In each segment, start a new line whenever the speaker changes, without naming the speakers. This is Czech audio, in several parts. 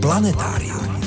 Planetárium.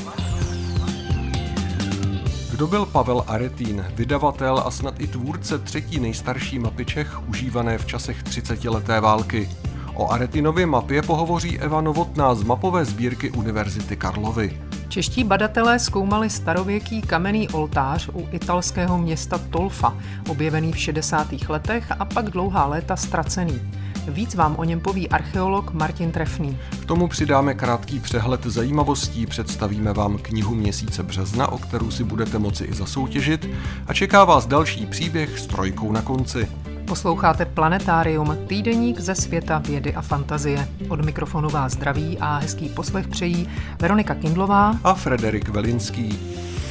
Kdo byl Pavel Aretin, vydavatel a snad i tvůrce třetí nejstarší mapy Čech, užívané v časech 30leté války? O Aretinově mapě pohovoří Eva Novotná z mapové sbírky Univerzity Karlovy.
Čeští badatelé zkoumali starověký kamenný oltář u italského města Tolfa, objevený v 60. letech a pak dlouhá léta ztracený. Víc vám o něm poví archeolog Martin Trefný.
K tomu přidáme krátký přehled zajímavostí, představíme vám knihu měsíce března, o kterou si budete moci i zasoutěžit, a čeká vás další příběh s trojkou na konci.
Posloucháte Planetárium, týdeník ze světa vědy a fantazie. Od mikrofonu vás zdraví a hezký poslech přejí Veronika Kindlová
a Frederik Velinský.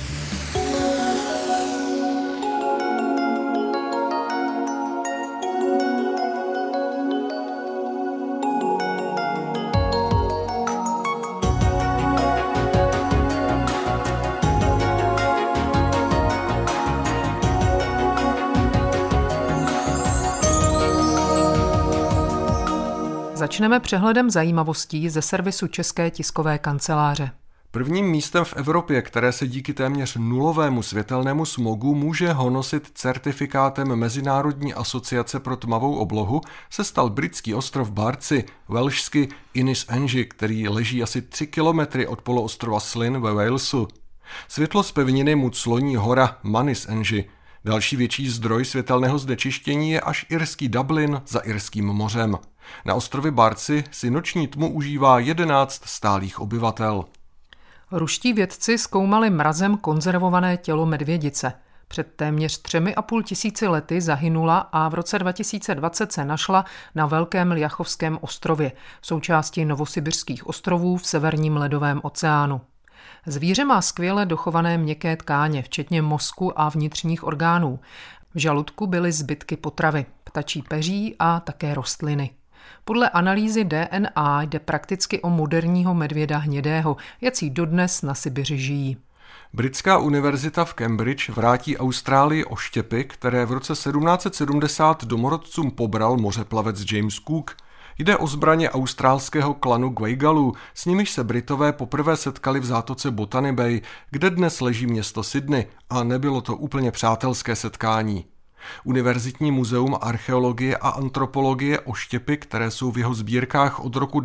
Začneme přehledem zajímavostí ze servisu České tiskové kanceláře.
Prvním místem v Evropě, které se díky téměř nulovému světelnému smogu může honosit certifikátem Mezinárodní asociace pro tmavou oblohu, se stal britský ostrov Bardsey, welšsky Innis-Ange, který leží asi 3 kilometry od poloostrova Slin ve Walesu. Světlo z pevniny mu cloní hora Mannis-Ange. Další větší zdroj světelného znečištění je až irský Dublin za Irským mořem. Na ostrově Bardsey si noční tmu užívá 11 stálých obyvatel.
Ruští vědci zkoumali mrazem konzervované tělo medvědice. Před téměř 3,5 tisíci lety zahynula a v roce 2020 se našla na Velkém Ljachovském ostrově, součástí Novosibirských ostrovů v severním ledovém oceánu. Zvíře má skvěle dochované měkké tkáně, včetně mozku a vnitřních orgánů. V žaludku byly zbytky potravy, ptačí peří a také rostliny. Podle analýzy DNA jde prakticky o moderního medvěda hnědého, jací dodnes na Sibiři žijí.
Britská univerzita v Cambridge vrátí Austrálii oštěpy, které v roce 1770 domorodcům pobral mořeplavec James Cook. Jde o zbraně australského klanu Guaygalů, s nimiž se Britové poprvé setkali v zátoce Botany Bay, kde dnes leží město Sydney, a nebylo to úplně přátelské setkání. Univerzitní muzeum archeologie a antropologie oštěpy, které jsou v jeho sbírkách od roku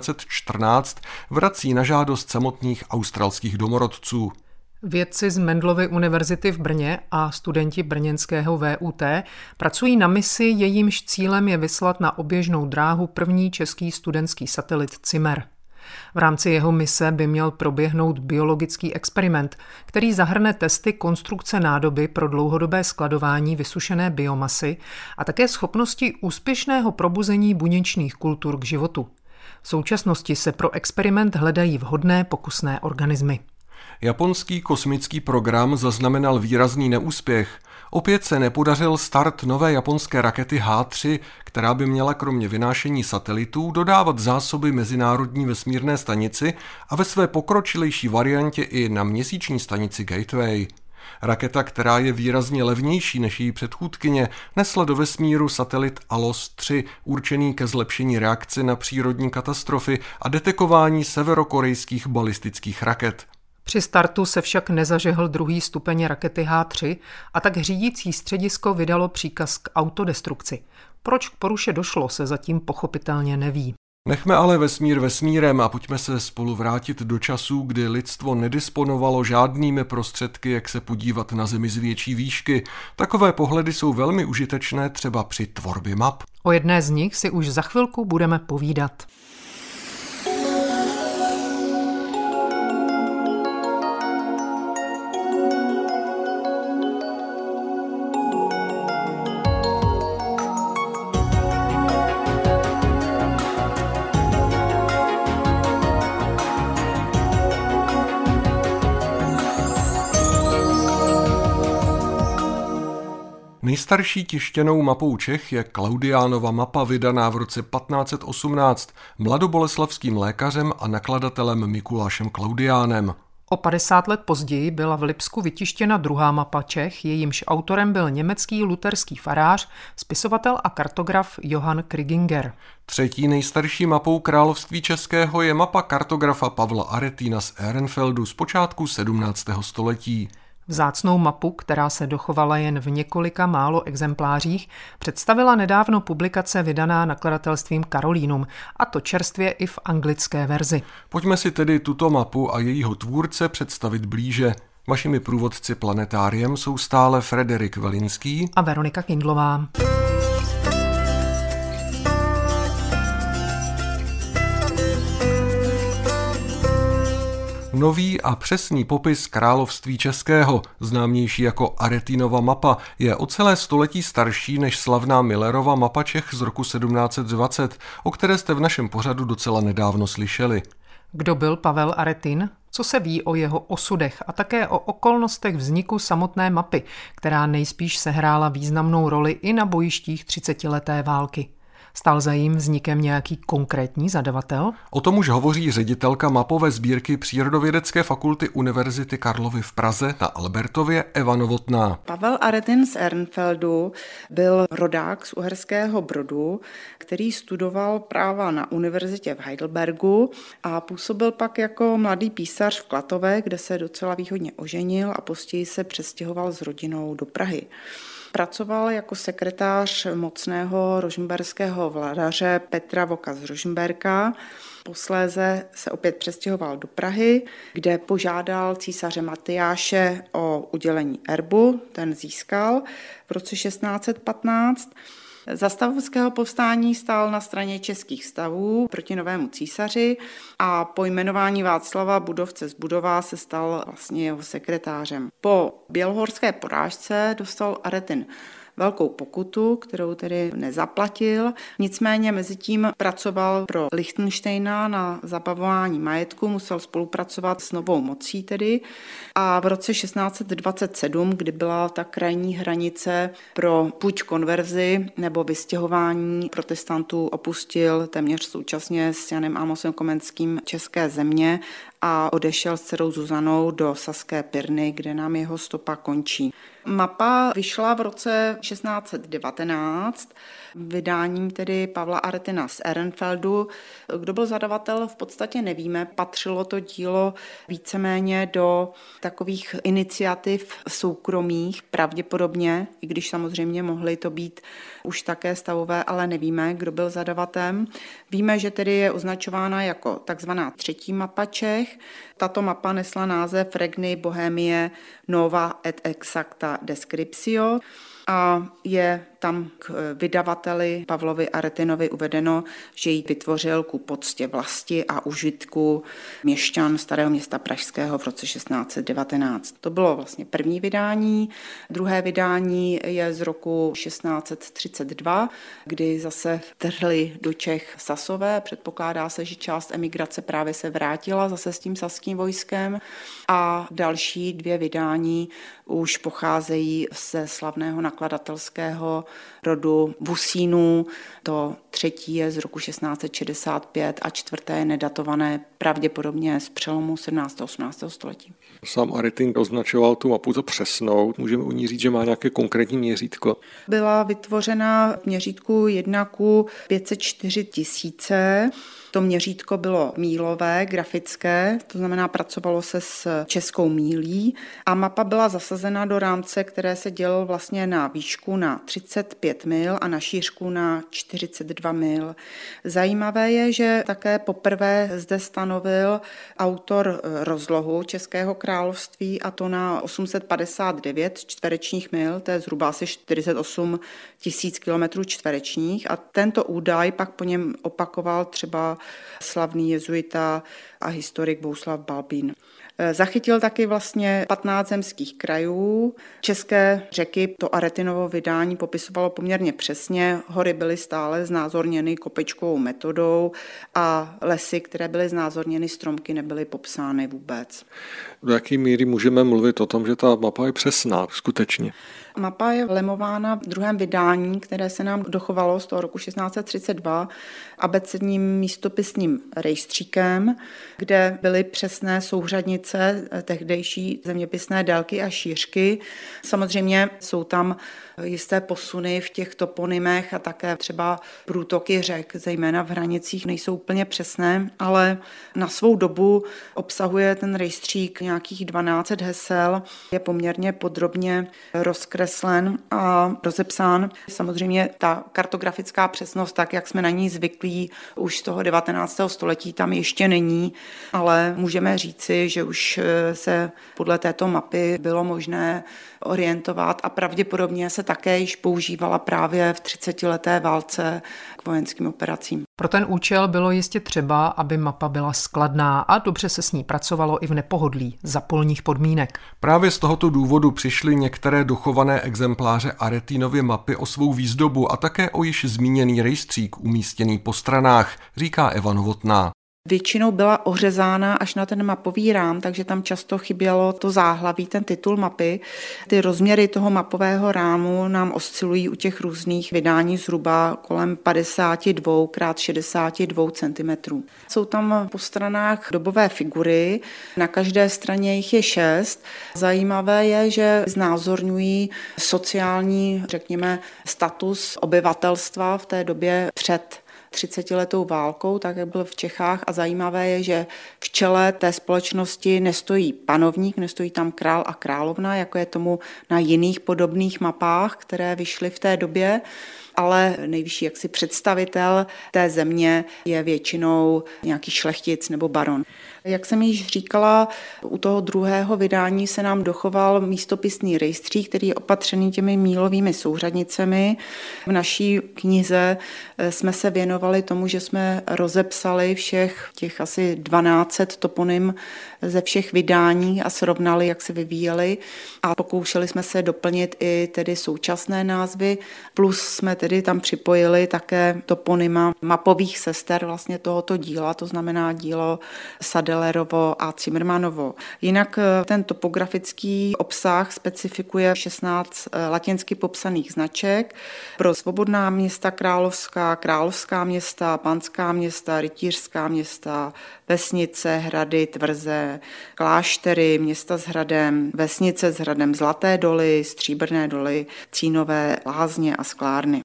1914, vrací na žádost samotných australských domorodců.
Vědci z Mendelovy univerzity v Brně a studenti brněnského VUT pracují na misi, jejímž cílem je vyslat na oběžnou dráhu první český studentský satelit CIMER. V rámci jeho mise by měl proběhnout biologický experiment, který zahrne testy konstrukce nádoby pro dlouhodobé skladování vysušené biomasy a také schopnosti úspěšného probuzení buněčných kultur k životu. V současnosti se pro experiment hledají vhodné pokusné organismy.
Japonský kosmický program zaznamenal výrazný neúspěch. Opět se nepodařil start nové japonské rakety H3, která by měla kromě vynášení satelitů dodávat zásoby Mezinárodní vesmírné stanici a ve své pokročilejší variantě i na měsíční stanici Gateway. Raketa, která je výrazně levnější než její předchůdkyně, nesla do vesmíru satelit ALOS-3, určený ke zlepšení reakce na přírodní katastrofy a detekování severokorejských balistických raket.
Při startu se však nezažehl druhý stupeň rakety H3 a tak řídící středisko vydalo příkaz k autodestrukci. Proč k poruše došlo, se zatím pochopitelně neví.
Nechme ale vesmír vesmírem a pojďme se spolu vrátit do časů, kdy lidstvo nedisponovalo žádnými prostředky, jak se podívat na Zemi z větší výšky. Takové pohledy jsou velmi užitečné třeba při tvorbě map.
O jedné z nich si už za chvilku budeme povídat.
Nejstarší tištěnou mapou Čech je Klaudiánova mapa vydaná v roce 1518 mladoboleslavským lékařem a nakladatelem Mikulášem Klaudiánem.
O 50 let později byla v Lipsku vytištěna druhá mapa Čech, jejímž autorem byl německý luterský farář, spisovatel a kartograf Johann Kriginger.
Třetí nejstarší mapou království českého je mapa kartografa Pavla Aretina z Ehrenfeldu z počátku 17. století.
Vzácnou mapu, která se dochovala jen v několika málo exemplářích, představila nedávno publikace vydaná nakladatelstvím Karolínum, a to čerstvě i v anglické verzi.
Pojďme si tedy tuto mapu a jejího tvůrce představit blíže. Vašimi průvodci planetáriem jsou stále Frederik Velinský
a Veronika Kindlová.
Nový a přesný popis království českého, známější jako Aretinova mapa, je o celé století starší než slavná Millerova mapa Čech z roku 1720, o které jste v našem pořadu docela nedávno slyšeli.
Kdo byl Pavel Aretin? Co se ví o jeho osudech a také o okolnostech vzniku samotné mapy, která nejspíš sehrála významnou roli i na bojištích 30leté války? Stál za jejím vznikem nějaký konkrétní zadavatel?
O tom už hovoří ředitelka mapové sbírky Přírodovědecké fakulty Univerzity Karlovy v Praze na Albertově Eva Novotná.
Pavel Aretin z Ehrenfeldu byl rodák z Uherského Brodu, který studoval práva na univerzitě v Heidelbergu a působil pak jako mladý písař v Klatově, kde se docela výhodně oženil a později se přestěhoval s rodinou do Prahy. Pracoval jako sekretář mocného rožmberského vladaře Petra Voka z Rožmberka. Posléze se opět přestěhoval do Prahy, kde požádal císaře Matyáše o udělení erbu, ten získal v roce 1615. Za stavovského povstání stál na straně českých stavů proti novému císaři a po jmenování Václava Budovce z Budova se stal vlastně jeho sekretářem. Po bělohorské porážce dostal Aretin velkou pokutu, kterou tedy nezaplatil. Nicméně mezitím pracoval pro Lichtenštejna na zabavování majetku, musel spolupracovat s novou mocí tedy. A v roce 1627, kdy byla ta krajní hranice pro puč konverzi nebo vystěhování protestantů, opustil téměř současně s Janem Amosem Komenským české země a odešel s dcerou Zuzanou do Saské Pirny, kde nám jeho stopa končí. Mapa vyšla v roce 1619 vydáním tedy Pavla Aretina z Ehrenfeldu. Kdo byl zadavatel, v podstatě nevíme. Patřilo to dílo víceméně do takových iniciativ soukromých, pravděpodobně, i když samozřejmě mohly to být už také stavové, ale nevíme, kdo byl zadavatem. Víme, že tedy je označována jako takzvaná třetí mapa Čech. Tato mapa nesla název Regni Bohemie Nova et Exacta Descriptio a je tam k vydavateli Pavlovi Aretinovi uvedeno, že ji vytvořil ku poctě vlasti a užitku měšťan Starého Města pražského v roce 1619. To bylo vlastně první vydání. Druhé vydání je z roku 1632, kdy zase vtrhli do Čech Sasové. Předpokládá se, že část emigrace právě se vrátila zase s tím saským vojskem a další dvě vydání už pocházejí ze slavného nakladatelského rodu Vusínů. To třetí je z roku 1665 a čtvrté je nedatované pravděpodobně z přelomu 17. a 18. století.
Sám Aretin označoval tu mapu za přesnou. Můžeme o ní říct, že má nějaké konkrétní měřítko?
Byla vytvořena v měřítku 1:504 000. To měřítko bylo mílové, grafické, to znamená pracovalo se s českou mílí a mapa byla zasazena do rámce, které se dělilo vlastně na výšku na 35 mil a na šířku na 42 mil. Zajímavé je, že také poprvé zde stanovil autor rozlohu Českého království a to na 859 čtverečních mil, to je zhruba asi 48 000 kilometrů čtverečních a tento údaj pak po něm opakoval třeba slavný jezuita a historik Bohuslav Balbín. Zachytil taky vlastně 15 zemských krajů. České řeky to Aretinovo vydání popisovalo poměrně přesně. Hory byly stále znázorněny kopečkovou metodou a lesy, které byly znázorněny, stromky nebyly popsány vůbec.
Do jaké míry můžeme mluvit o tom, že ta mapa je přesná skutečně?
Mapa je lemována v druhém vydání, které se nám dochovalo z toho roku 1632 abecedním místopisním rejstříkem, kde byly přesné souřadnice tehdejší zeměpisné délky a šířky. Samozřejmě jsou tam jisté posuny v těch toponymech a také třeba průtoky řek, zejména v hranicích, nejsou úplně přesné, ale na svou dobu obsahuje ten rejstřík nějakých 12 hesel, je poměrně podrobně rozkreslen a rozepsán. Samozřejmě ta kartografická přesnost, tak jak jsme na ní zvyklí už z toho 19. století, tam ještě není, ale můžeme říci, že už se podle této mapy bylo možné orientovat a pravděpodobně se také již používala právě v 30leté válce k vojenským operacím.
Pro ten účel bylo jistě třeba, aby mapa byla skladná a dobře se s ní pracovalo i v nepohodlí za polních podmínek.
Právě z tohoto důvodu přišly některé dochované exempláře Aretínovy mapy o svou výzdobu a také o již zmíněný rejstřík umístěný po stranách, říká Eva Novotná.
Většinou byla ořezána až na ten mapový rám, takže tam často chybělo to záhlaví, ten titul mapy. Ty rozměry toho mapového rámu nám oscilují u těch různých vydání zhruba kolem 52 x 62 cm. Jsou tam po stranách dobové figury, na každé straně jich je 6. Zajímavé je, že znázorňují sociální, řekněme, status obyvatelstva v té době před 30letou válkou, tak jak byl v Čechách, a zajímavé je, že v čele té společnosti nestojí panovník, nestojí tam král a královna, jako je tomu na jiných podobných mapách, které vyšly v té době, ale nejvyšší jaksi představitel té země je většinou nějaký šlechtic nebo baron. Jak jsem již říkala, u toho druhého vydání se nám dochoval místopisný rejstřík, který je opatřený těmi mílovými souřadnicemi. V naší knize jsme se věnovali tomu, že jsme rozepsali všech těch asi 12 toponym ze všech vydání a srovnali, jak se vyvíjely, a pokoušeli jsme se doplnit i tedy současné názvy, plus jsme tedy tam připojili také toponyma mapových sester vlastně tohoto díla, to znamená dílo Sadelerovo a Cimrmanovo. Jinak ten topografický obsah specifikuje 16 latinsky popsaných značek pro svobodná města královská, královská města, panská města, rytířská města, vesnice, hrady, tvrze, kláštery, města s hradem, vesnice s hradem, Zlaté doly, Stříbrné doly, Cínové lázně a sklárny.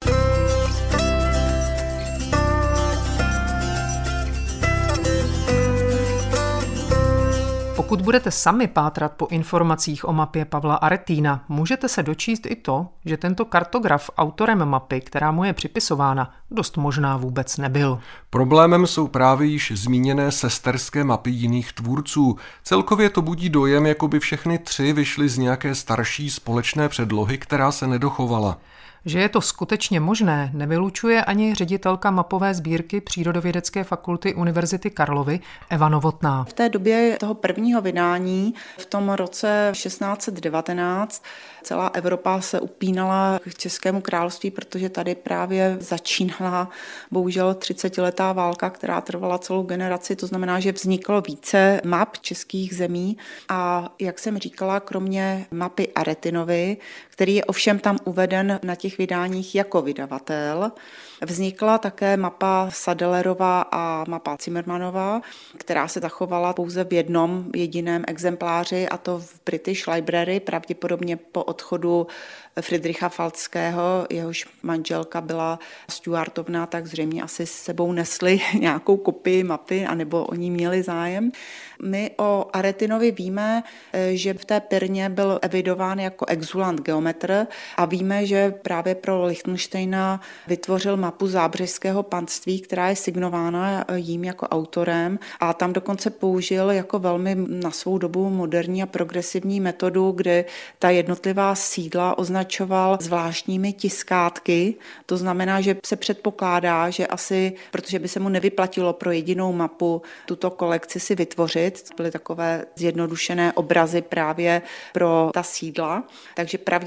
Pokud budete sami pátrat po informacích o mapě Pavla Aretína, můžete se dočíst i to, že tento kartograf autorem mapy, která mu je připisována, dost možná vůbec nebyl.
Problémem jsou právě již zmíněné sesterské mapy jiných tvůrců. Celkově to budí dojem, jako by všechny tři vyšly z nějaké starší společné předlohy, která se nedochovala.
Že je to skutečně možné, nevylučuje ani ředitelka mapové sbírky Přírodovědecké fakulty Univerzity Karlovy Eva Novotná.
V té době toho prvního vydání, v tom roce 1619, celá Evropa se upínala k Českému království, protože tady právě začínala bohužel 30letá válka, která trvala celou generaci. To znamená, že vzniklo více map českých zemí a, jak jsem říkala, kromě mapy Aretinovy, který je ovšem tam uveden na těch vydáních jako vydavatel, vznikla také mapa Sadelerova a mapa Cimrmanova, která se zachovala pouze v jednom jediném exempláři, a to v British Library, pravděpodobně po odchodu Friedricha Falckého, jehož manželka byla Stuartovna, tak zřejmě asi s sebou nesli nějakou kopii mapy, anebo oni měli zájem. My o Aretinovi víme, že v té Pirně byl evidován jako exulant geometr a víme, že právě pro Lichtensteina vytvořil mapu Zábřežského panství, která je signována jím jako autorem, a tam dokonce použil jako velmi na svou dobu moderní a progresivní metodu, kde ta jednotlivá sídla označoval zvláštními tiskátky. To znamená, že se předpokládá, že asi, protože by se mu nevyplatilo pro jedinou mapu tuto kolekci si vytvořit, byly takové zjednodušené obrazy právě pro ta sídla, takže pravděpodobně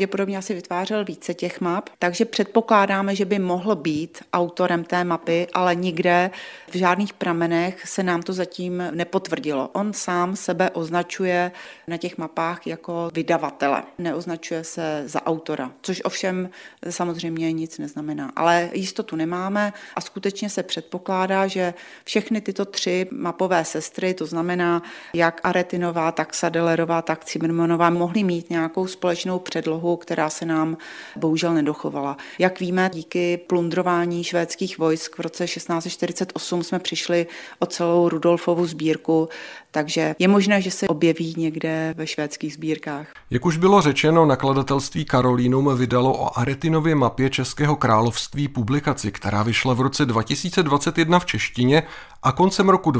pravděpodobně asi vytvářel více těch map, takže předpokládáme, že by mohl být autorem té mapy, ale nikde v žádných pramenech se nám to zatím nepotvrdilo. On sám sebe označuje na těch mapách jako vydavatele, neoznačuje se za autora, což ovšem samozřejmě nic neznamená. Ale jistotu nemáme a skutečně se předpokládá, že všechny tyto 3 mapové sestry, to znamená jak Aretinová, tak Sadelerová, tak Zimmermannová, mohly mít nějakou společnou předlohu, která se nám bohužel nedochovala. Jak víme, díky plundrování švédských vojsk v roce 1648 jsme přišli o celou Rudolfovu sbírku, takže je možné, že se objeví někde ve švédských sbírkách.
Jak už bylo řečeno, nakladatelství Carolinum vydalo o Aretinově mapě Českého království publikaci, která vyšla v roce 2021 v češtině a koncem roku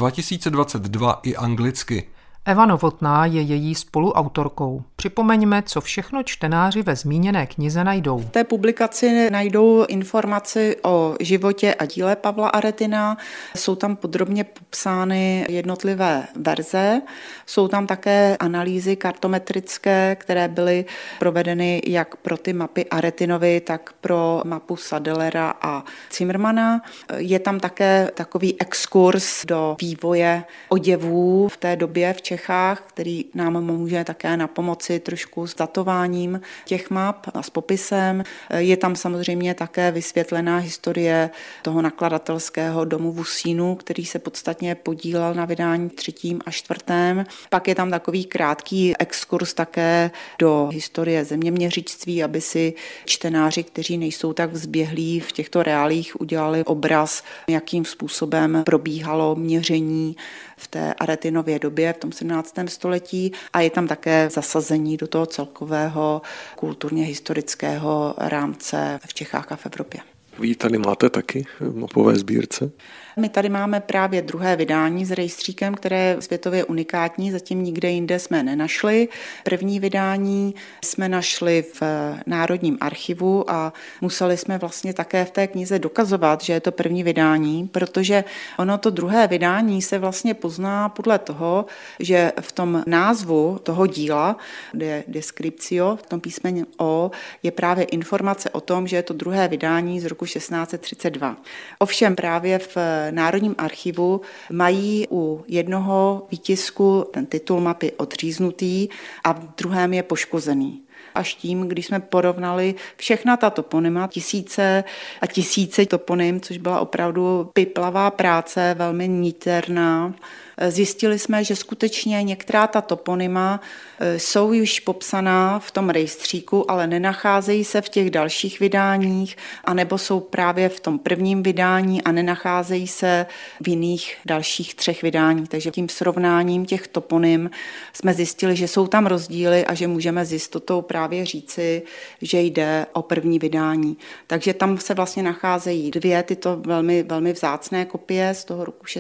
2022 i anglicky.
Eva Novotná je její spoluautorkou. Připomeňme, co všechno čtenáři ve zmíněné knize najdou.
V té publikaci najdou informaci o životě a díle Pavla Aretina. Jsou tam podrobně popsány jednotlivé verze. Jsou tam také analýzy kartometrické, které byly provedeny jak pro ty mapy Aretinovy, tak pro mapu Sadelera a Zimmermana. Je tam také takový exkurs do vývoje oděvů v té době v Čechách, který nám může také napomoci trošku s datováním těch map a s popisem. Je tam samozřejmě také vysvětlená historie toho nakladatelského domu v Usínu, který se podstatně podílel na vydání 3. a 4. Pak je tam takový krátký exkurs také do historie zeměměřictví, aby si čtenáři, kteří nejsou tak vzběhlí v těchto reálích, udělali obraz, jakým způsobem probíhalo měření v té Aretinově době v tom 17. století a je tam také zasazení do toho celkového kulturně historického rámce v Čechách a v Evropě.
Vy tady máte taky v mapové sbírce?
My tady máme právě 2. vydání s rejstříkem, které je světově unikátní, zatím nikde jinde jsme nenašli. 1. vydání jsme našli v Národním archivu a museli jsme vlastně také v té knize dokazovat, že je to 1. vydání, protože ono to 2. vydání se vlastně pozná podle toho, že v tom názvu toho díla, de descriptio, v tom písmeni O, je právě informace o tom, že je to 2. vydání z roku 1632. Ovšem právě v Národním archivu mají u jednoho výtisku ten titul mapy odříznutý a v druhém je poškozený. Až tím, když jsme porovnali všechna ta toponyma, tisíce a tisíce toponym, což byla opravdu piplavá práce, velmi niterná, zjistili jsme, že skutečně některá ta toponyma jsou již popsaná v tom rejstříku, ale nenacházejí se v těch dalších vydáních, anebo jsou právě v tom 1. vydání a nenacházejí se v jiných dalších 3 vydáních. Takže tím srovnáním těch toponym jsme zjistili, že jsou tam rozdíly a že můžeme s jistotou právě říci, že jde o 1. vydání. Takže tam se vlastně nacházejí 2 tyto velmi, velmi vzácné kopie z toho roku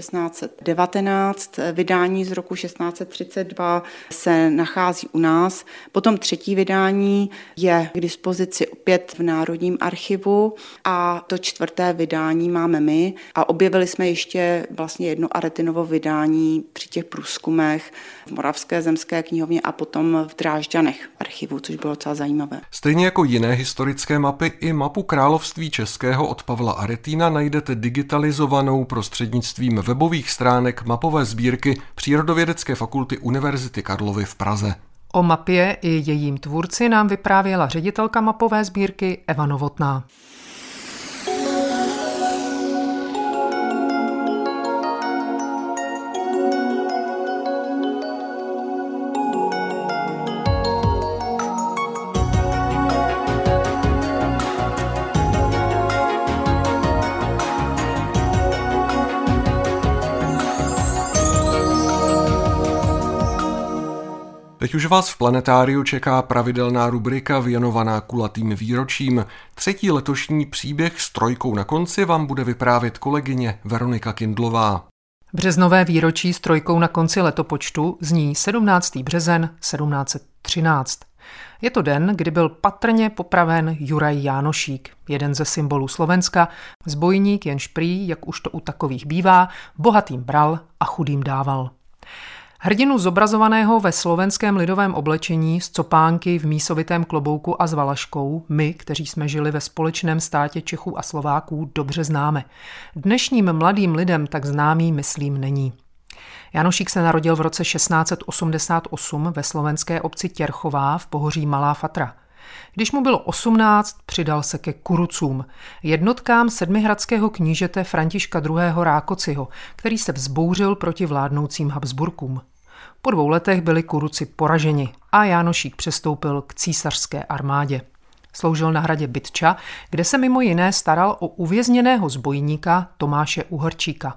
1619. Vydání z roku 1632 se nachází u nás. Potom 3. vydání je k dispozici opět v Národním archivu a to 4. vydání máme my a objevili jsme ještě vlastně jedno Aretinovo vydání při těch průzkumech v Moravské zemské knihovně a potom v Drážďanech archivu, což bylo docela zajímavé.
Stejně jako jiné historické mapy, i mapu Království českého od Pavla Aretina najdete digitalizovanou prostřednictvím webových stránek mapové sbírky Přírodovědecké fakulty Univerzity Karlovy v Praze.
O mapě i jejím tvůrci nám vyprávěla ředitelka mapové sbírky Eva Novotná.
Teď už vás v Planetáriu čeká pravidelná rubrika věnovaná kulatým výročím. 3. letošní příběh s 3 na konci vám bude vyprávět kolegyně Veronika Kindlová.
Březnové výročí s 3 na konci letopočtu zní 17. březen 1713. Je to den, kdy byl patrně popraven Juraj Jánošík, jeden ze symbolů Slovenska, zbojník, jenž prý, jak už to u takových bývá, bohatým bral a chudým dával. Hrdinu zobrazovaného ve slovenském lidovém oblečení s copánky v mísovitém klobouku a s valaškou my, kteří jsme žili ve společném státě Čechů a Slováků, dobře známe. Dnešním mladým lidem tak známý, myslím, není. Jánošík se narodil v roce 1688 ve slovenské obci Těrchová v pohoří Malá Fatra. Když mu bylo 18, přidal se ke kurucům, jednotkám sedmihradského knížete Františka II. Rákociho, který se vzbouřil proti vládnoucím Habsburkům. Po 2 letech byli kuruci poraženi a Jánošík přestoupil k císařské armádě. Sloužil na hradě Bytča, kde se mimo jiné staral o uvězněného zbojníka Tomáše Uhorčíka.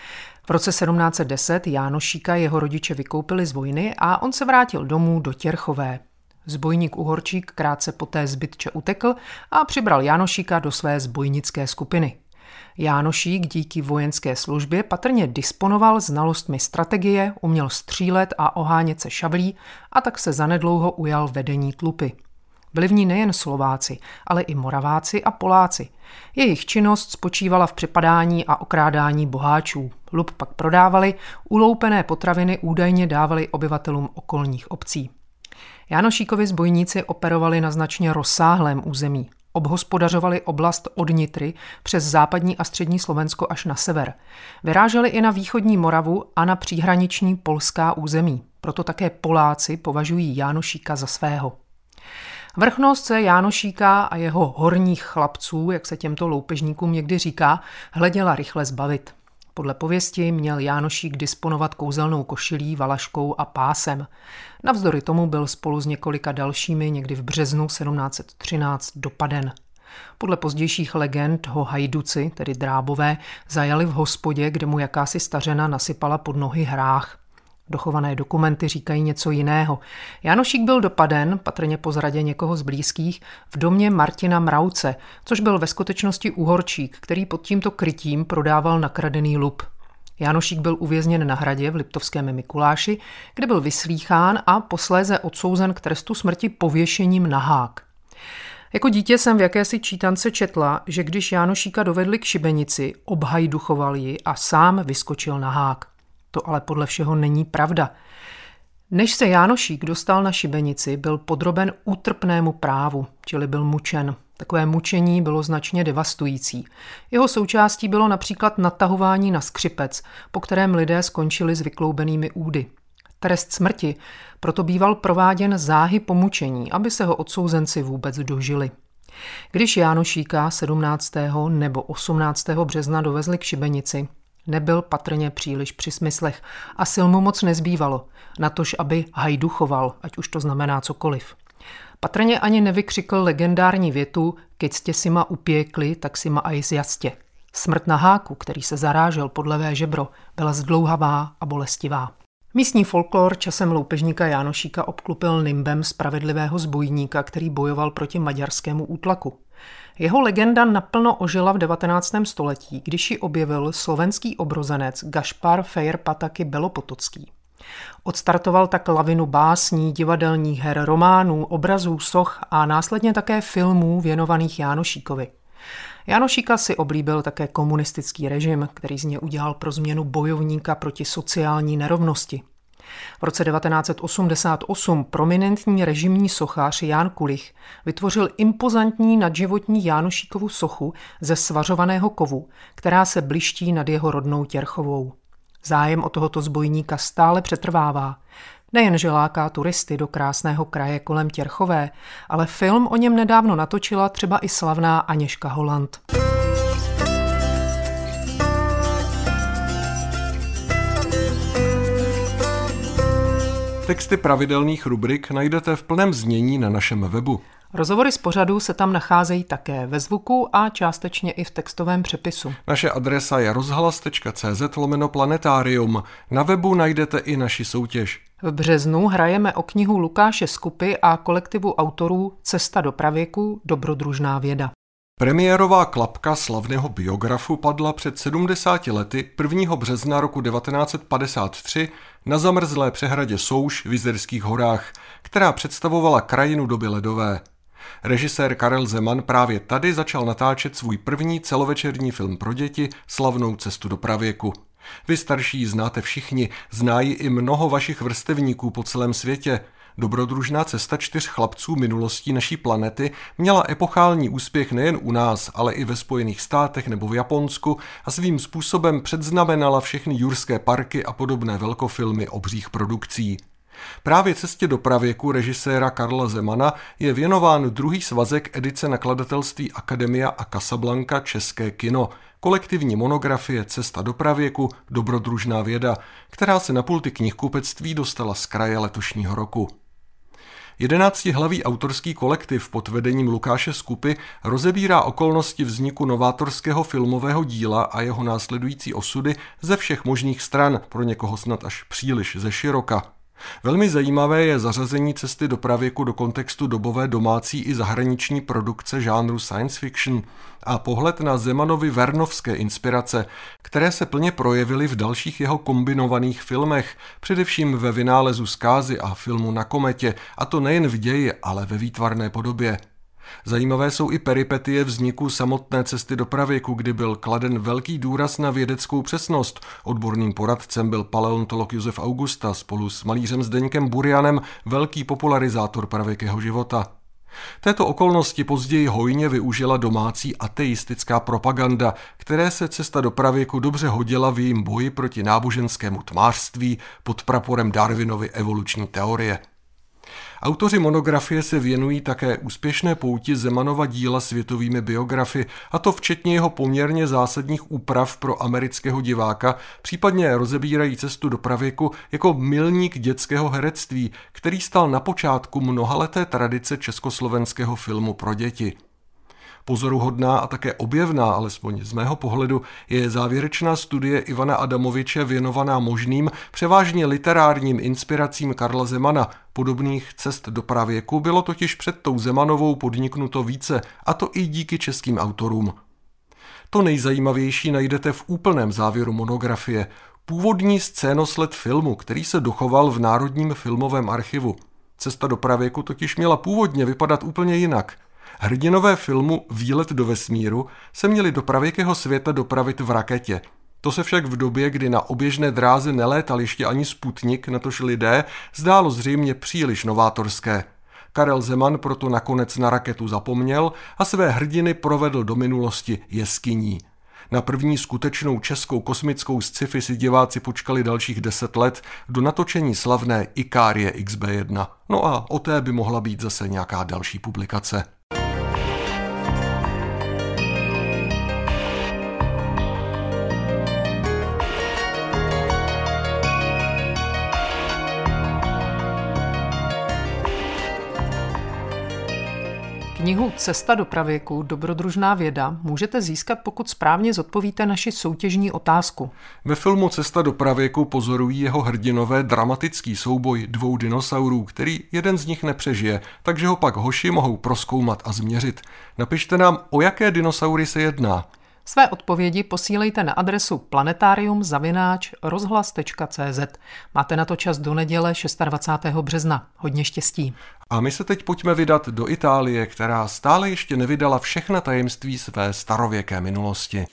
V roce 1710 Jánošíka jeho rodiče vykoupili z vojny a on se vrátil domů do Těrchové. Zbojník Uhorčík krátce poté z Bytče utekl a přibral Jánošíka do své zbojnické skupiny. Jánošík díky vojenské službě patrně disponoval znalostmi strategie, uměl střílet a ohánět se šablí a tak se zanedlouho ujal vedení tlupy. Byli v ní nejen Slováci, ale i Moraváci a Poláci. Jejich činnost spočívala v přepadání a okrádání boháčů. Lup pak prodávali, uloupené potraviny údajně dávali obyvatelům okolních obcí. Jánošíkovi zbojníci operovali na značně rozsáhlém území. Obhospodařovali oblast od Nitry přes západní a střední Slovensko až na sever. Vyráželi i na východní Moravu a na příhraniční polská území. Proto také Poláci považují Jánošíka za svého. Vrchnost se Jánošíka a jeho horních chlapců, jak se těmto loupežníkům někdy říká, hleděla rychle zbavit. Podle pověsti měl Jánošík disponovat kouzelnou košilí, valaškou a pásem. Navzdory tomu byl spolu s několika dalšími někdy v březnu 1713 dopaden. Podle pozdějších legend ho hajduci, tedy drábové, zajali v hospodě, kde mu jakási stařena nasypala pod nohy hrách. Dochované dokumenty říkají něco jiného. Jánošík byl dopaden, patrně po zradě někoho z blízkých, v domě Martina Mrauce, což byl ve skutečnosti Uhorčík, který pod tímto krytím prodával nakradený lup. Jánošík byl uvězněn na hradě v Liptovském Mikuláši, kde byl vyslýchán a posléze odsouzen k trestu smrti pověšením na hák. Jako dítě jsem v jakési čítance četla, že když Jánošíka dovedli k šibenici, obhajduchoval ji a sám vyskočil na hák. To ale podle všeho není pravda. Než se Jánošík dostal na šibenici, byl podroben útrpnému právu, čili byl mučen. Takové mučení bylo značně devastující. Jeho součástí bylo například natahování na skřipec, po kterém lidé skončili s vykloubenými údy. Trest smrti proto býval prováděn záhy po mučení, aby se ho odsouzenci vůbec dožili. Když Jánošíka 17. nebo 18. března dovezli k šibenici, nebyl patrně příliš při smyslech a sil mu moc nezbývalo, natož aby hajduchoval, ať už to znamená cokoliv. Patrně ani nevykřikl legendární větu "Keď ste si ma upiekli, tak si ma aj zjastě". Smrt na háku, který se zarážel pod levé žebro, byla zdlouhavá a bolestivá. Místní folklor časem loupežníka Jánošíka obklupil nimbem spravedlivého zbojníka, který bojoval proti maďarskému útlaku. Jeho legenda naplno ožila v 19. století, když ji objevil slovenský obrozenec Gašpar Fejr Pataky Belopotocký. Odstartoval tak lavinu básní, divadelních her, románů, obrazů, soch a následně také filmů věnovaných Jánošíkovi. Jánošíka si oblíbil také komunistický režim, který z něj udělal pro změnu bojovníka proti sociální nerovnosti. V roce 1988 prominentní režimní sochař Jan Kulich vytvořil impozantní nadživotní Jánošíkovu sochu ze svařovaného kovu, která se bliští nad jeho rodnou Těrchovou. Zájem o tohoto zbojníka stále přetrvává. Nejenže láká turisty do krásného kraje kolem Těrchové, ale film o něm nedávno natočila třeba i slavná Aněžka Holland.
Texty pravidelných rubrik najdete v plném znění na našem webu.
Rozhovory z pořadu se tam nacházejí také ve zvuku a částečně i v textovém přepisu.
Naše adresa je rozhlas.cz/planetarium. Na webu najdete i naši soutěž.
V březnu hrajeme o knihu Lukáše Skupy a kolektivu autorů Cesta do pravěku, dobrodružná věda.
Premiérová klapka slavného biografu padla před 70 lety 1. března roku 1953 na zamrzlé přehradě Souš v Jizerských horách, která představovala krajinu doby ledové. Režisér Karel Zeman právě tady začal natáčet svůj první celovečerní film pro děti Slavnou cestu do pravěku. Vy starší znáte všichni, znají i mnoho vašich vrstevníků po celém světě. Dobrodružná cesta 4 chlapců minulostí naší planety měla epochální úspěch nejen u nás, ale i ve Spojených státech nebo v Japonsku a svým způsobem předznamenala všechny jurské parky a podobné velkofilmy obřích produkcí. Právě Cestě do pravěku režiséra Karla Zemana je věnován druhý svazek edice nakladatelství Akademia a Casablanca České kino, kolektivní monografie Cesta do pravěku, dobrodružná věda, která se na pulty knihkupectví dostala z kraje letošního roku. 11hlavý autorský kolektiv pod vedením Lukáše Skupy rozebírá okolnosti vzniku novátorského filmového díla a jeho následující osudy ze všech možných stran, pro někoho snad až příliš zeširoka. Velmi zajímavé je zařazení Cesty do pravěku do kontextu dobové domácí i zahraniční produkce žánru science fiction a pohled na Zemanovy vernovské inspirace, které se plně projevily v dalších jeho kombinovaných filmech, především ve Vynálezu zkázy a filmu Na kometě, a to nejen v ději, ale ve výtvarné podobě. Zajímavé jsou i peripetie vzniku samotné Cesty do pravěku, kdy byl kladen velký důraz na vědeckou přesnost. Odborným poradcem byl paleontolog Josef Augusta, spolu s malířem Zdeňkem Burianem velký popularizátor pravěkého života. Této okolnosti později hojně využila domácí ateistická propaganda, které se Cesta do pravěku dobře hodila v jejím boji proti náboženskému tmářství pod praporem Darwinovy evoluční teorie. Autoři monografie se věnují také úspěšné pouti Zemanova díla světovými biografy, a to včetně jeho poměrně zásadních úprav pro amerického diváka, případně rozebírají Cestu do pravěku jako milník dětského herectví, který stál na počátku mnohaleté tradice československého filmu pro děti. Pozoruhodná a také objevná, alespoň z mého pohledu, je závěrečná studie Ivana Adamoviče věnovaná možným, převážně literárním inspiracím Karla Zemana. Podobných cest do pravěku bylo totiž před tou Zemanovou podniknuto více, a to i díky českým autorům. To nejzajímavější najdete v úplném závěru monografie. Původní scénosled filmu, který se dochoval v Národním filmovém archivu. Cesta do pravěku totiž měla původně vypadat úplně jinak. Hrdinové filmu Výlet do vesmíru se měli do pravěkého světa dopravit v raketě. To se však v době, kdy na oběžné dráze nelétal ještě ani Sputnik, natož lidé, zdálo zřejmě příliš novátorské. Karel Zeman proto nakonec na raketu zapomněl a své hrdiny provedl do minulosti jeskyní. Na první skutečnou českou kosmickou sci-fi si diváci počkali dalších 10 let do natočení slavné Ikárie XB1. No a o té by mohla být zase nějaká další publikace.
Knihu Cesta do pravěku, dobrodružná věda můžete získat, pokud správně zodpovíte naši soutěžní otázku.
Ve filmu Cesta do pravěku pozorují jeho hrdinové dramatický souboj 2 dinosaurů, který jeden z nich nepřežije, takže ho pak hoši mohou prozkoumat a změřit. Napište nám, o jaké dinosaury se jedná.
Své odpovědi posílejte na adresu planetarium@rozhlas.cz. Máte na to čas do neděle 26. března. Hodně štěstí.
A my se teď pojďme vydat do Itálie, která stále ještě nevydala všechna tajemství své starověké minulosti.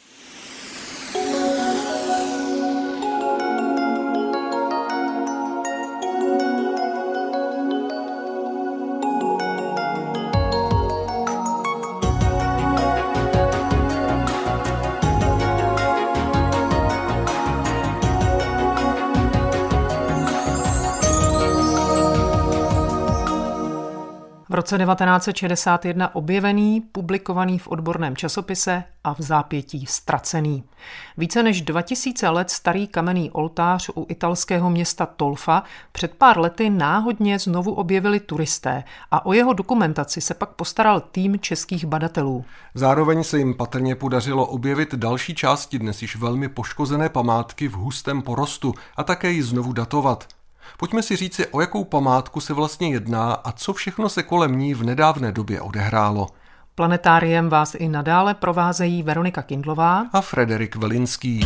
V roce 1961 objevený, publikovaný v odborném časopise a v zápětí ztracený. Více než 2000 let starý kamenný oltář u italského města Tolfa před pár lety náhodně znovu objevili turisté a o jeho dokumentaci se pak postaral tým českých badatelů.
Zároveň se jim patrně podařilo objevit další části dnes již velmi poškozené památky v hustém porostu a také ji znovu datovat. Pojďme si říci, o jakou památku se vlastně jedná a co všechno se kolem ní v nedávné době odehrálo.
Planetáriem vás i nadále provázejí Veronika Kindlová
a Frederik Velinský.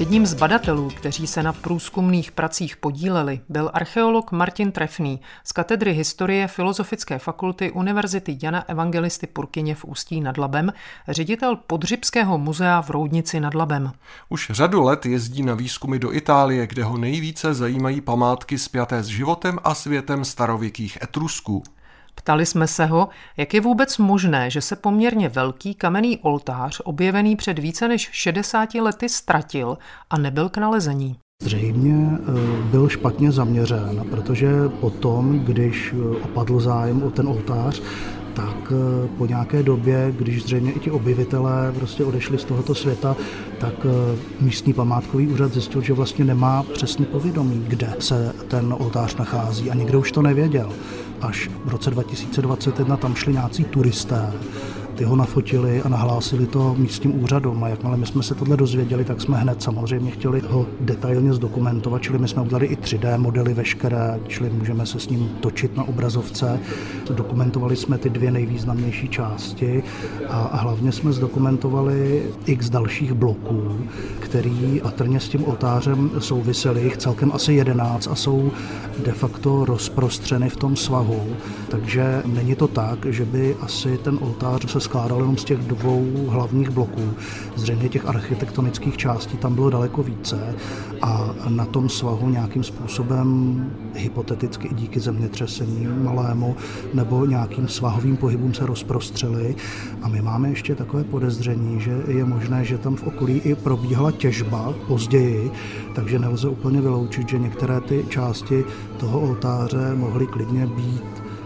Jedním z badatelů, kteří se na průzkumných pracích podíleli, byl archeolog Martin Trefný z katedry historie Filozofické fakulty Univerzity Jana Evangelisty Purkyně v Ústí nad Labem, ředitel Podřibského muzea v Roudnici nad Labem.
Už řadu let jezdí na výzkumy do Itálie, kde ho nejvíce zajímají památky spjaté s životem a světem starověkých Etrusků.
Ptali jsme se ho, jak je vůbec možné, že se poměrně velký kamenný oltář, objevený před více než 60 lety, ztratil a nebyl k nalezení.
Zřejmě byl špatně zaměřen, protože potom, když opadl zájem o ten oltář, tak po nějaké době, když zřejmě i ti objevitelé prostě odešli z tohoto světa, tak místní památkový úřad zjistil, že vlastně nemá přesně povědomí, kde se ten oltář nachází a nikdo už to nevěděl. Až v roce 2021 tam šli nějací turisté, ty ho nafotili a nahlásili to místním úřadům. A jakmile my jsme se tohle dozvěděli, tak jsme hned samozřejmě chtěli ho detailně zdokumentovat, čili my jsme udělali i 3D modely veškeré, čili můžeme se s ním točit na obrazovce. Dokumentovali jsme ty 2 nejvýznamnější části a hlavně jsme zdokumentovali x dalších bloků, který patrně s tím oltářem souvisely, jich celkem asi 11 a jsou de facto rozprostřeny v tom svahu. Takže není to tak, že by asi ten oltář se skládal jenom z těch 2 hlavních bloků. Zřejmě těch architektonických částí tam bylo daleko více a na tom svahu nějakým způsobem hypoteticky i díky zemětřesení malému nebo nějakým svahovým pohybům se rozprostřely. A my máme ještě takové podezření, že je možné, že tam v okolí i probíhala těžba později, takže nelze úplně vyloučit, že některé ty části toho oltáře mohly klidně být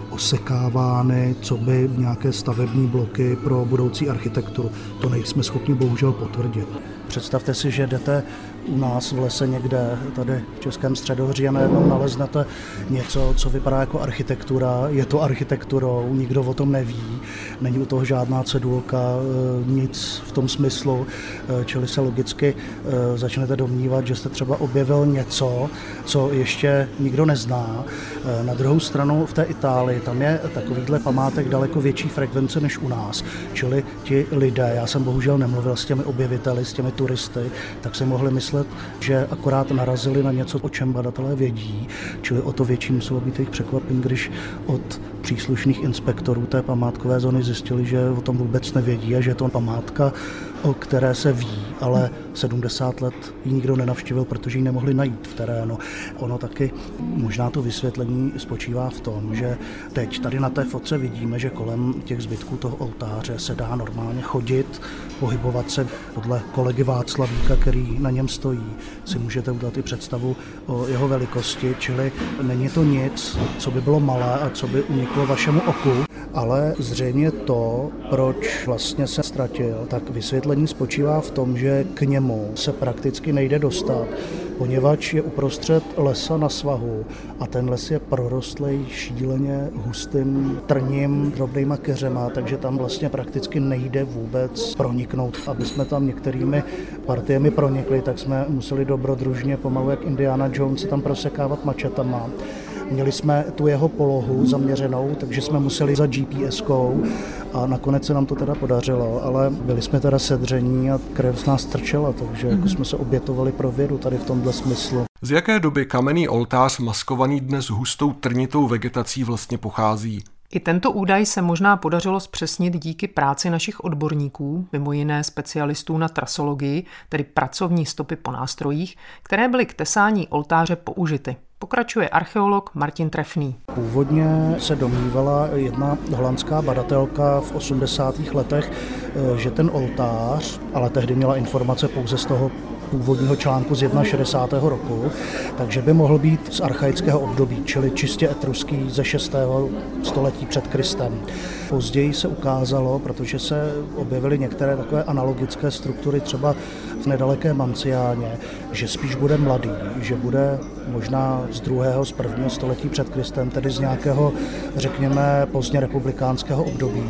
osekávány, co by nějaké stavební bloky pro budoucí architekturu. To nejsme schopni bohužel potvrdit. Představte si, že jdete u nás v lese někde, tady v Českém středohoří a najednou naleznete něco, co vypadá jako architektura. Je to architekturou, nikdo o tom neví, není u toho žádná cedulka, nic v tom smyslu, čili se logicky začnete domnívat, že jste třeba objevil něco, co ještě nikdo nezná. Na druhou stranu v té Itálii, tam je takovýhle památek daleko větší frekvence než u nás, čili ti lidé, já jsem bohužel nemluvil s těmi objeviteli, s těmi turisty, tak si mohli myslet, že akorát narazili na něco, o čem badatelé vědí, čili o to větší muselo být jejich překvapení, když od příslušných inspektorů té památkové zóny zjistili, že o tom vůbec nevědí a že je to památka, o které se ví, ale 70 let ji nikdo nenavštívil, protože ji nemohli najít v terénu. Ono taky, možná to vysvětlení spočívá v tom, že teď tady na té fotce vidíme, že kolem těch zbytků toho oltáře se dá normálně chodit, pohybovat se. Podle kolegy Václavíka, který na něm stojí, si můžete udělat i představu o jeho velikosti, čili není to nic, co by bylo malé a co by uniklo vašemu oku, ale zřejmě to, proč vlastně se ztratil, tak vysvětlení spočívá v tom, že k němu se prakticky nejde dostat, poněvadž je uprostřed lesa na svahu a ten les je prorostlej šíleně hustým trním, drobnýma keřema, takže tam vlastně prakticky nejde vůbec proniknout. Aby jsme tam některými partiemi pronikli, tak jsme museli dobrodružně pomalu jak Indiana Jones tam prosekávat mačetama. Měli jsme tu jeho polohu zaměřenou, takže jsme museli za GPS-kou a nakonec se nám to teda podařilo, ale byli jsme teda sedření a krev z nás trčela, takže jako jsme se obětovali pro vědu tady v tomhle smyslu.
Z jaké doby kamenný oltář maskovaný dnes hustou trnitou vegetací vlastně pochází?
I tento údaj se možná podařilo zpřesnit díky práci našich odborníků, mimo jiné specialistů na trasologii, tedy pracovní stopy po nástrojích, které byly k tesání oltáře použity. Pokračuje archeolog Martin Trefný.
Původně se domnívala jedna holandská badatelka v 80. letech, že ten oltář, ale tehdy měla informace pouze z toho původního článku z 61. roku, takže by mohl být z archaického období, čili čistě etruský ze 6. století před Kristem. Později se ukázalo, protože se objevily některé takové analogické struktury třeba v nedaleké Manciáně, že spíš bude mladý, že bude možná z 2. z 1. století před Kristem, tedy z nějakého, řekněme, pozdně republikánského období.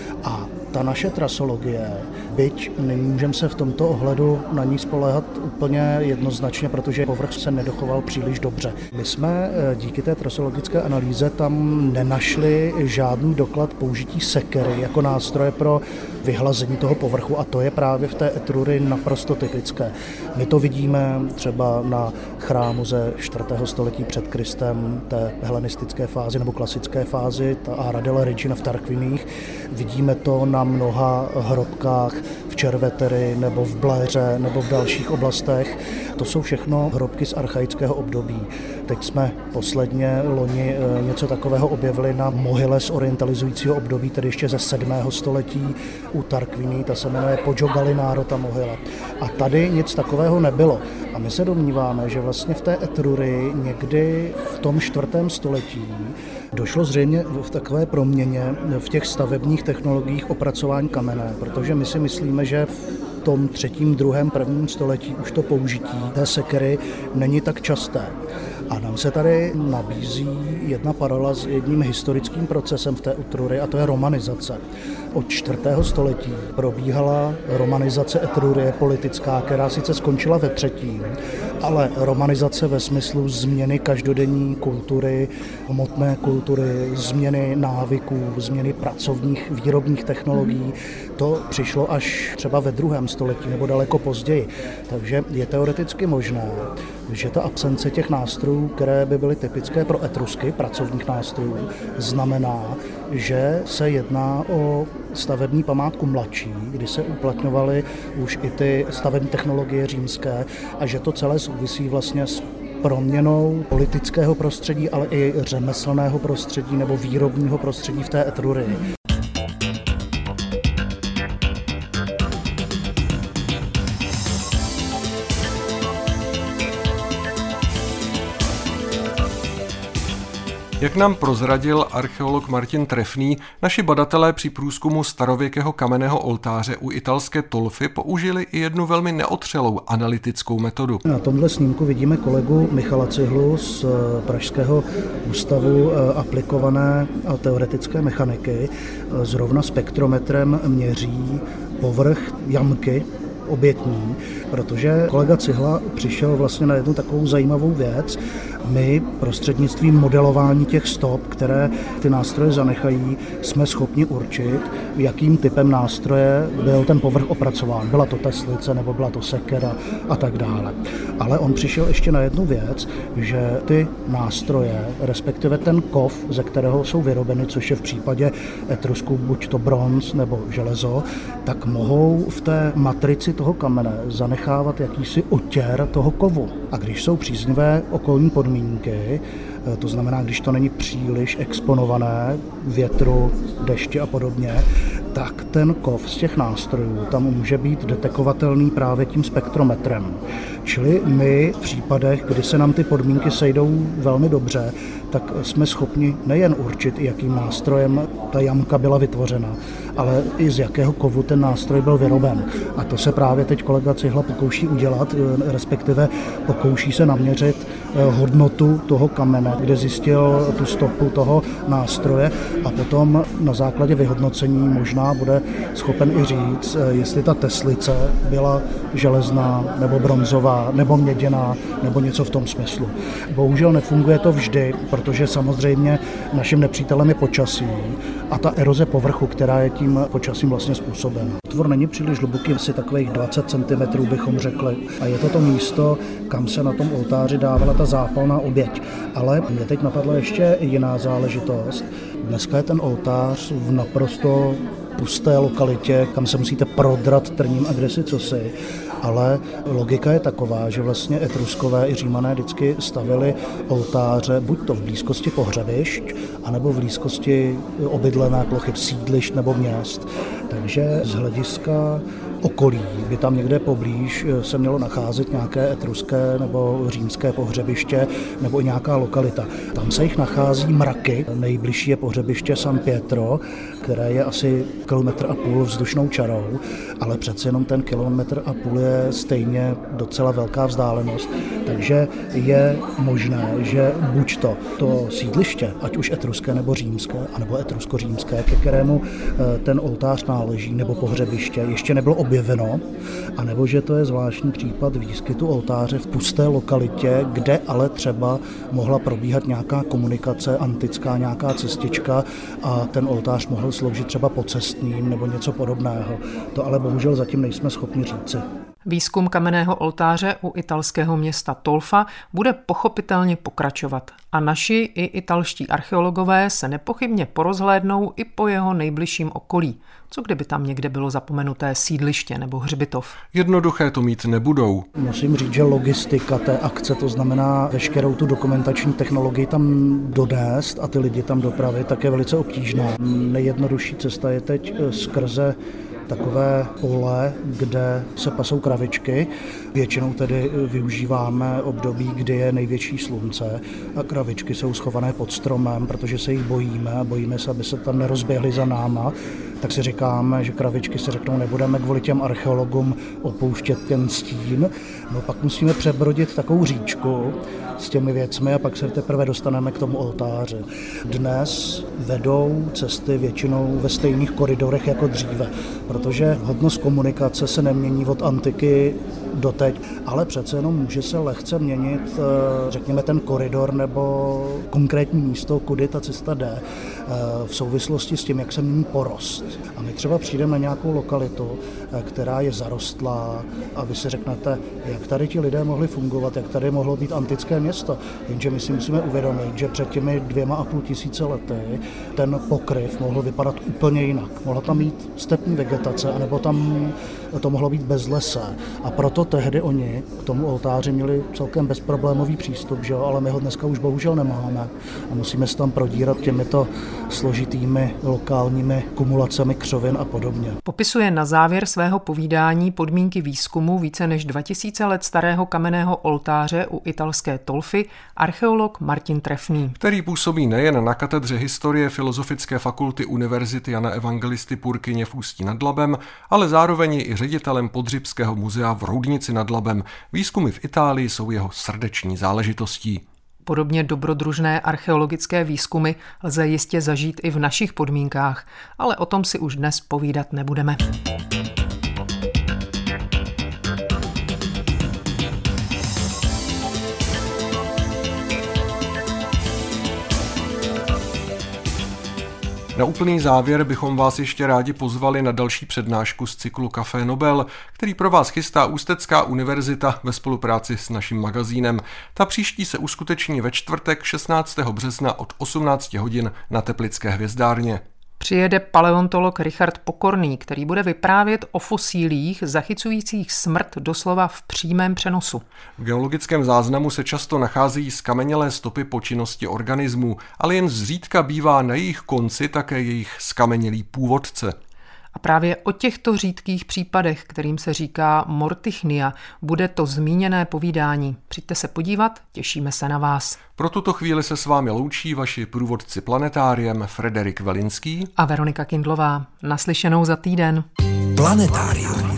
A ta naše trasologie, byť nemůžeme se v tomto ohledu na ní spoléhat úplně jednoznačně, protože povrch se nedochoval příliš dobře. My jsme díky té trasologické analýze tam nenašli žádný doklad použití sekery jako nástroje pro vyhlazení toho povrchu a to je právě v té Etrurii naprosto typické. My to vidíme třeba na chrámu ze 4. století před Kristem, té helenistické fázi nebo klasické fázi, ta Ara della Regina v Tarquiních. Vidíme to na mnoha hrobkách v Červeteri nebo v Bléře nebo v dalších oblastech. To jsou všechno hrobky z archaického období. Teď jsme posledně loni něco takového objevili na mohyle z orientalizujícího období, tedy ještě ze 7. století u Tarquiní, ta se jmenuje Poggio Gallinaro, ta mohyla. A tady nic takového nebylo. A my se domníváme, že vlastně v té Etrurii někdy v tom 4. století došlo zřejmě v takové proměně v těch stavebních technologiích opracování kamene, protože my si myslíme, že v tom 3., 2., 1. století už to použití té sekery není tak časté. A nám se tady nabízí jedna paralela s jedním historickým procesem v té Etrurii a to je romanizace. Od 4. století probíhala romanizace Etrurie politická, která sice skončila ve 3., ale romanizace ve smyslu změny každodenní kultury, hmotné kultury, změny návyků, změny pracovních výrobních technologií, to přišlo až třeba ve 2. století nebo daleko později. Takže je teoreticky možné, že ta absence těch nástrojů, které by byly typické pro Etrusky, pracovních nástrojů, znamená, že se jedná o stavební památku mladší, kdy se uplatňovaly už i ty stavební technologie římské a že to celé souvisí vlastně s proměnou politického prostředí, ale i řemeslného prostředí nebo výrobního prostředí v té Etrurii.
Jak nám prozradil archeolog Martin Trefný, naši badatelé při průzkumu starověkého kamenného oltáře u italské Tolfy použili i jednu velmi neotřelou analytickou metodu.
Na tomhle snímku vidíme kolegu Michala Cihlu z Pražského ústavu aplikované a teoretické mechaniky. Zrovna spektrometrem měří povrch jamky obětní, protože kolega Cihla přišel vlastně na jednu takovou zajímavou věc. My prostřednictvím modelování těch stop, které ty nástroje zanechají, jsme schopni určit, jakým typem nástroje byl ten povrch opracován. Byla to teslice nebo byla to sekera a tak dále. Ale on přišel ještě na jednu věc, že ty nástroje, respektive ten kov, ze kterého jsou vyrobeny, což je v případě Etrusků buď to bronz nebo železo, tak mohou v té matrici toho kamene zanechávat jakýsi otěr toho kovu. A když jsou příznivé okolní podmínky, to znamená, když to není příliš exponované větru, dešti a podobně, tak ten kov z těch nástrojů tam může být detekovatelný právě tím spektrometrem. Čili my v případech, kdy se nám ty podmínky sejdou velmi dobře, tak jsme schopni nejen určit, jakým nástrojem ta jamka byla vytvořena, ale i z jakého kovu ten nástroj byl vyroben. A to se právě teď kolega Cihla pokouší udělat, respektive pokouší se naměřit hodnotu toho kamene, kde zjistil tu stopu toho nástroje a potom na základě vyhodnocení možná bude schopen i říct, jestli ta teslice byla železná nebo bronzová nebo měděná nebo něco v tom smyslu. Bohužel nefunguje to vždy, protože samozřejmě naším nepřítelem je počasí a ta eroze povrchu, která je tím počasím vlastně způsobena. Tvor není příliš hluboký, asi takových 20 cm bychom řekli a je to místo, kam se na tom oltáři dávala ta zápalná oběť. Ale mě teď napadla ještě jiná záležitost. Dneska je ten oltář v naprosto pusté lokalitě, kam se musíte prodrat trním a kdesi cosi. Ale logika je taková, že vlastně Etruskové i Římané vždycky stavili oltáře buď to v blízkosti pohřebišť, anebo v blízkosti obydlené plochy, sídlišť nebo měst. Takže z hlediska okolí by tam někde poblíž se mělo nacházet nějaké etruské nebo římské pohřebiště nebo i nějaká lokalita. Tam se jich nachází mraky. Nejbližší je pohřebiště San Pietro, které je asi kilometr a půl vzdušnou čarou, ale přece jenom ten kilometr a půl je stejně docela velká vzdálenost, takže je možné, že buď to sídliště, ať už etruské nebo římské, anebo etrusko-římské, ke kterému ten oltář náleží, nebo pohřebiště, ještě nebylo objeveno, anebo že to je zvláštní případ výskytu oltáře v pusté lokalitě, kde ale třeba mohla probíhat nějaká komunikace antická, nějaká cestička a ten oltář mohl sloužit třeba pocestním nebo něco podobného. To ale bohužel zatím nejsme schopni říci.
Výzkum kamenného oltáře u italského města Tolfa bude pochopitelně pokračovat a naši i italští archeologové se nepochybně porozhlédnou i po jeho nejbližším okolí. Co kdyby tam někde bylo zapomenuté sídliště nebo hřbitov?
Jednoduché to mít nebudou.
Musím říct, že logistika té akce, to znamená veškerou tu dokumentační technologii tam dodést a ty lidi tam dopravit, tak je velice obtížná. Nejjednodušší cesta je teď skrze takové pole, kde se pasou kravičky. Většinou tedy využíváme období, kdy je největší slunce a kravičky jsou schované pod stromem, protože se jich bojíme a bojíme se, aby se tam nerozběhly za náma. Tak si říkáme, že kravičky si řeknou, nebudeme kvůli těm archeologům opouštět ten stín. No pak musíme přebrodit takovou říčku s těmi věcmi a pak se teprve dostaneme k tomu oltáři. Dnes vedou cesty většinou ve stejných koridorech jako dříve, protože hodnost komunikace se nemění od antiky doteď, ale přece jenom může se lehce měnit, řekněme, ten koridor nebo konkrétní místo, kudy ta cesta jde, v souvislosti s tím, jak se mění porost. A my třeba přijdeme na nějakou lokalitu, která je zarostlá a vy si řeknete, jak tady ti lidé mohli fungovat, jak tady mohlo být antické město. Jenže my si musíme uvědomit, že před těmi 2,5 tisíce lety ten pokryv mohl vypadat úplně jinak. Mohla tam mít stepní vegetace, anebo tam to mohlo být bezlesé. A proto tehdy oni k tomu oltáři měli celkem bezproblémový přístup, že jo? Ale my ho dneska už bohužel nemáme. A musíme se tam prodírat těmito složitými lokálními kumulacemi křovin a podobně.
Popisuje na závěr svého povídání podmínky výzkumu více než 2000 let starého kamenného oltáře u italské Tolfy archeolog Martin Trefný,
který působí nejen na katedře historie Filozofické fakulty Univerzity Jana Evangelisty Purkyně v Ústí nad Labem, ale zároveň je i ředitelem Podřibského muzea v Roudnici nad Labem. Výzkumy v Itálii jsou jeho srdeční záležitostí.
Podobně dobrodružné archeologické výzkumy lze jistě zažít i v našich podmínkách, ale o tom si už dnes povídat nebudeme.
Na úplný závěr bychom vás ještě rádi pozvali na další přednášku z cyklu Café Nobel, který pro vás chystá Ústecká univerzita ve spolupráci s naším magazínem. Ta příští se uskuteční ve čtvrtek 16. března od 18 hodin na Teplické hvězdárně.
Přijede paleontolog Richard Pokorný, který bude vyprávět o fosílích zachycujících smrt doslova v přímém přenosu.
V geologickém záznamu se často nacházejí skamenělé stopy po činnosti organismů, ale jen zřídka bývá na jejich konci také jejich skamenělý původce.
A právě o těchto řídkých případech, kterým se říká mortichnia, bude to zmíněné povídání. Přijďte se podívat, těšíme se na vás.
Pro tuto chvíli se s vámi loučí vaši průvodci planetáriem Frederik Velinský
a Veronika Kindlová. Naslyšenou za týden.
Planetárium.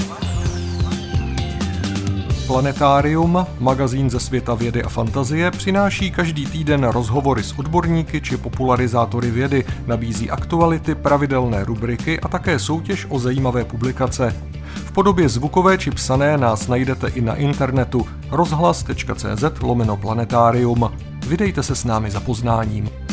Planetárium, magazín ze světa vědy a fantazie, přináší každý týden rozhovory s odborníky či popularizátory vědy, nabízí aktuality, pravidelné rubriky a také soutěž o zajímavé publikace. V podobě zvukové či psané nás najdete i na internetu rozhlas.cz/planetarium. Vydejte se s námi za poznáním.